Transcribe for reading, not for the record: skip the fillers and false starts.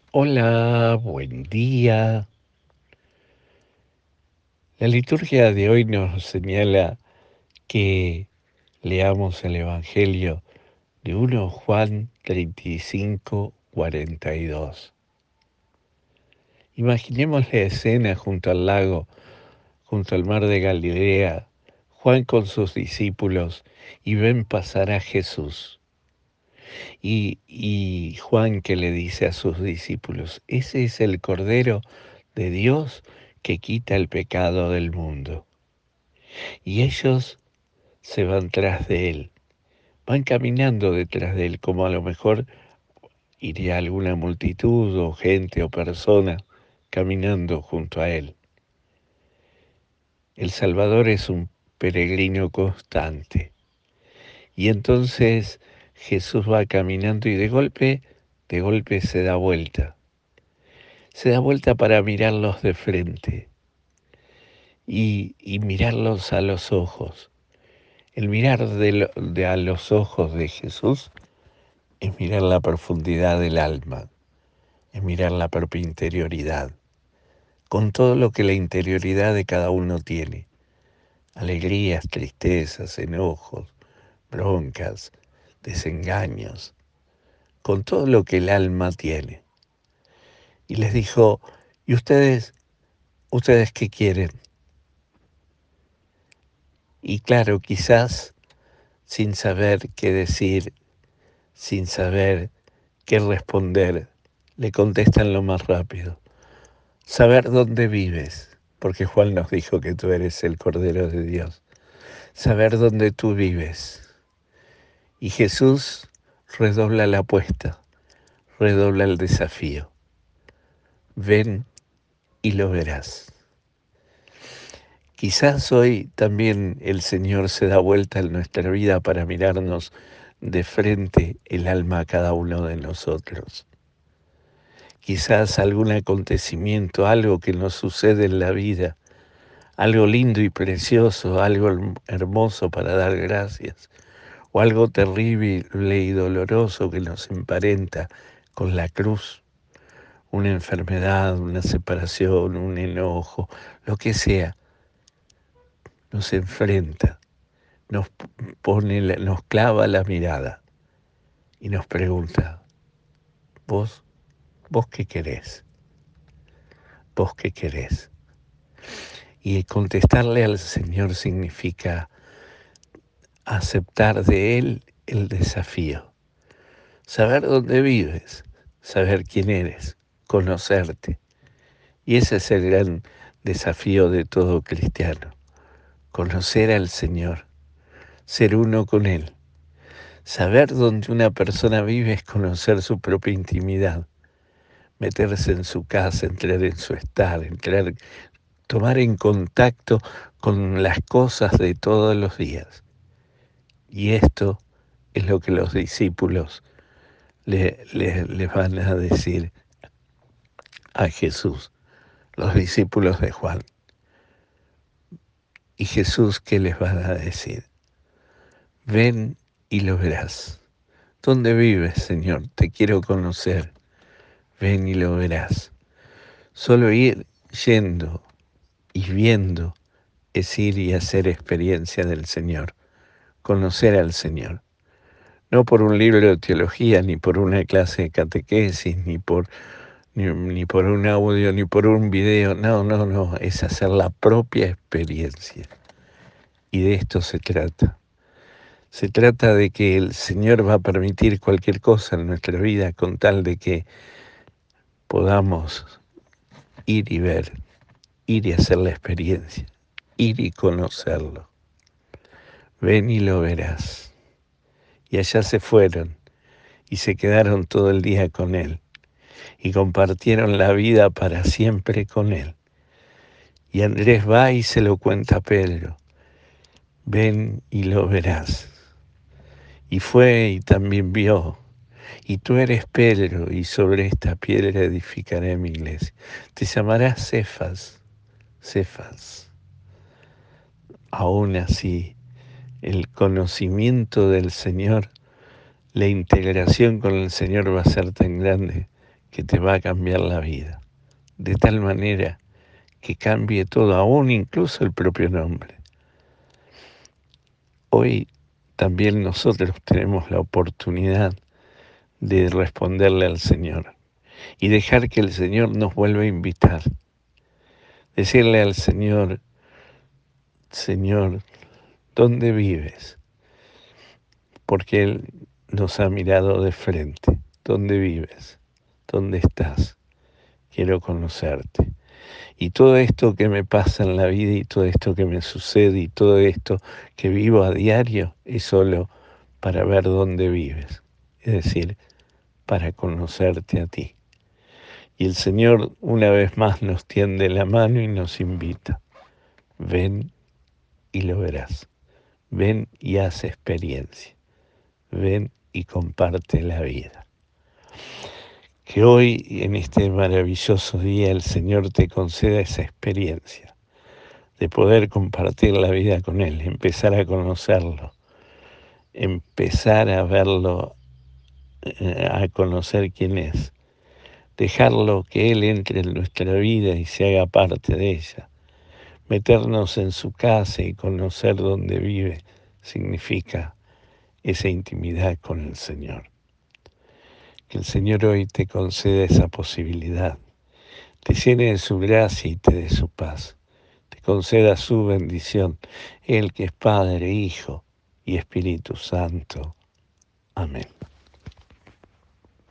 Hola, buen día. La liturgia de hoy nos señala que leamos el Evangelio de 1 Juan 35:42. Imaginemos la escena junto al lago, junto al mar de Galilea, Juan con sus discípulos y ven pasar a Jesús. Y Juan que le dice a sus discípulos, ese es el Cordero de Dios que quita el pecado del mundo. Y ellos se van tras de él, van caminando detrás de él, como a lo mejor iría alguna multitud o gente o persona caminando junto a él. El Salvador es un peregrino constante. Y entonces Jesús va caminando y de golpe se da vuelta. Se da vuelta para mirarlos de frente y mirarlos a los ojos. El mirar a los ojos de Jesús es mirar la profundidad del alma, es mirar la propia interioridad, con todo lo que la interioridad de cada uno tiene, alegrías, tristezas, enojos, broncas, desengaños, con todo lo que el alma tiene. Y les dijo, ¿y ustedes qué quieren? Y claro, quizás sin saber qué decir, sin saber qué responder, le contestan lo más rápido. Saber dónde vives, porque Juan nos dijo que tú eres el Cordero de Dios. Saber dónde tú vives. Y Jesús redobla la apuesta, redobla el desafío. Ven y lo verás. Quizás hoy también el Señor se da vuelta en nuestra vida para mirarnos de frente el alma a cada uno de nosotros. Quizás algún acontecimiento, algo que nos sucede en la vida, algo lindo y precioso, algo hermoso para dar gracias, o algo terrible y doloroso que nos emparenta con la cruz, una enfermedad, una separación, un enojo, lo que sea, nos enfrenta, nos nos clava la mirada y nos pregunta, ¿vos, vos qué querés? ¿Vos qué querés? Y contestarle al Señor significa aceptar de Él el desafío, saber dónde vives, saber quién eres, conocerte. Y ese es el gran desafío de todo cristiano, conocer al Señor, ser uno con Él. Saber dónde una persona vive es conocer su propia intimidad, meterse en su casa, entrar en su estar, tomar en contacto con las cosas de todos los días. Y esto es lo que los discípulos les van a decir a Jesús, los discípulos de Juan. ¿Y Jesús qué les va a decir? Ven y lo verás. ¿Dónde vives, Señor? Te quiero conocer. Ven y lo verás. Solo ir yendo y viendo es ir y hacer experiencia del Señor, conocer al Señor. No por un libro de teología, ni por una clase de catequesis, ni por un audio, ni por un video. No, no, no. Es hacer la propia experiencia. Y de esto se trata. Se trata de que el Señor va a permitir cualquier cosa en nuestra vida con tal de que podamos ir y ver, ir y hacer la experiencia, ir y conocerlo. Ven y lo verás. Y allá se fueron y se quedaron todo el día con Él y compartieron la vida para siempre con Él. Y Andrés va y se lo cuenta a Pedro. Ven y lo verás. Y fue y también vio. Y tú eres Pedro, y sobre esta piedra edificaré mi iglesia. Te llamarás Cefas, Cefas. Aún así, el conocimiento del Señor, la integración con el Señor va a ser tan grande que te va a cambiar la vida, de tal manera que cambie todo, aún incluso el propio nombre. Hoy también nosotros tenemos la oportunidad de responderle al Señor y dejar que el Señor nos vuelva a invitar. Decirle al Señor, Señor, ¿dónde vives? Porque Él nos ha mirado de frente. ¿Dónde vives? ¿Dónde estás? Quiero conocerte. Y todo esto que me pasa en la vida y todo esto que me sucede y todo esto que vivo a diario es solo para ver dónde vives. Es decir, para conocerte a ti. Y el Señor una vez más nos tiende la mano y nos invita. Ven y lo verás. Ven y haz experiencia. Ven y comparte la vida. Que hoy, en este maravilloso día, el Señor te conceda esa experiencia de poder compartir la vida con Él, empezar a conocerlo, empezar a verlo, a conocer quién es, dejarlo que Él entre en nuestra vida y se haga parte de ella. Meternos en su casa y conocer dónde vive significa esa intimidad con el Señor. Que el Señor hoy te conceda esa posibilidad, te llene de su gracia y te dé su paz, te conceda su bendición, Él que es Padre, Hijo y Espíritu Santo. Amén.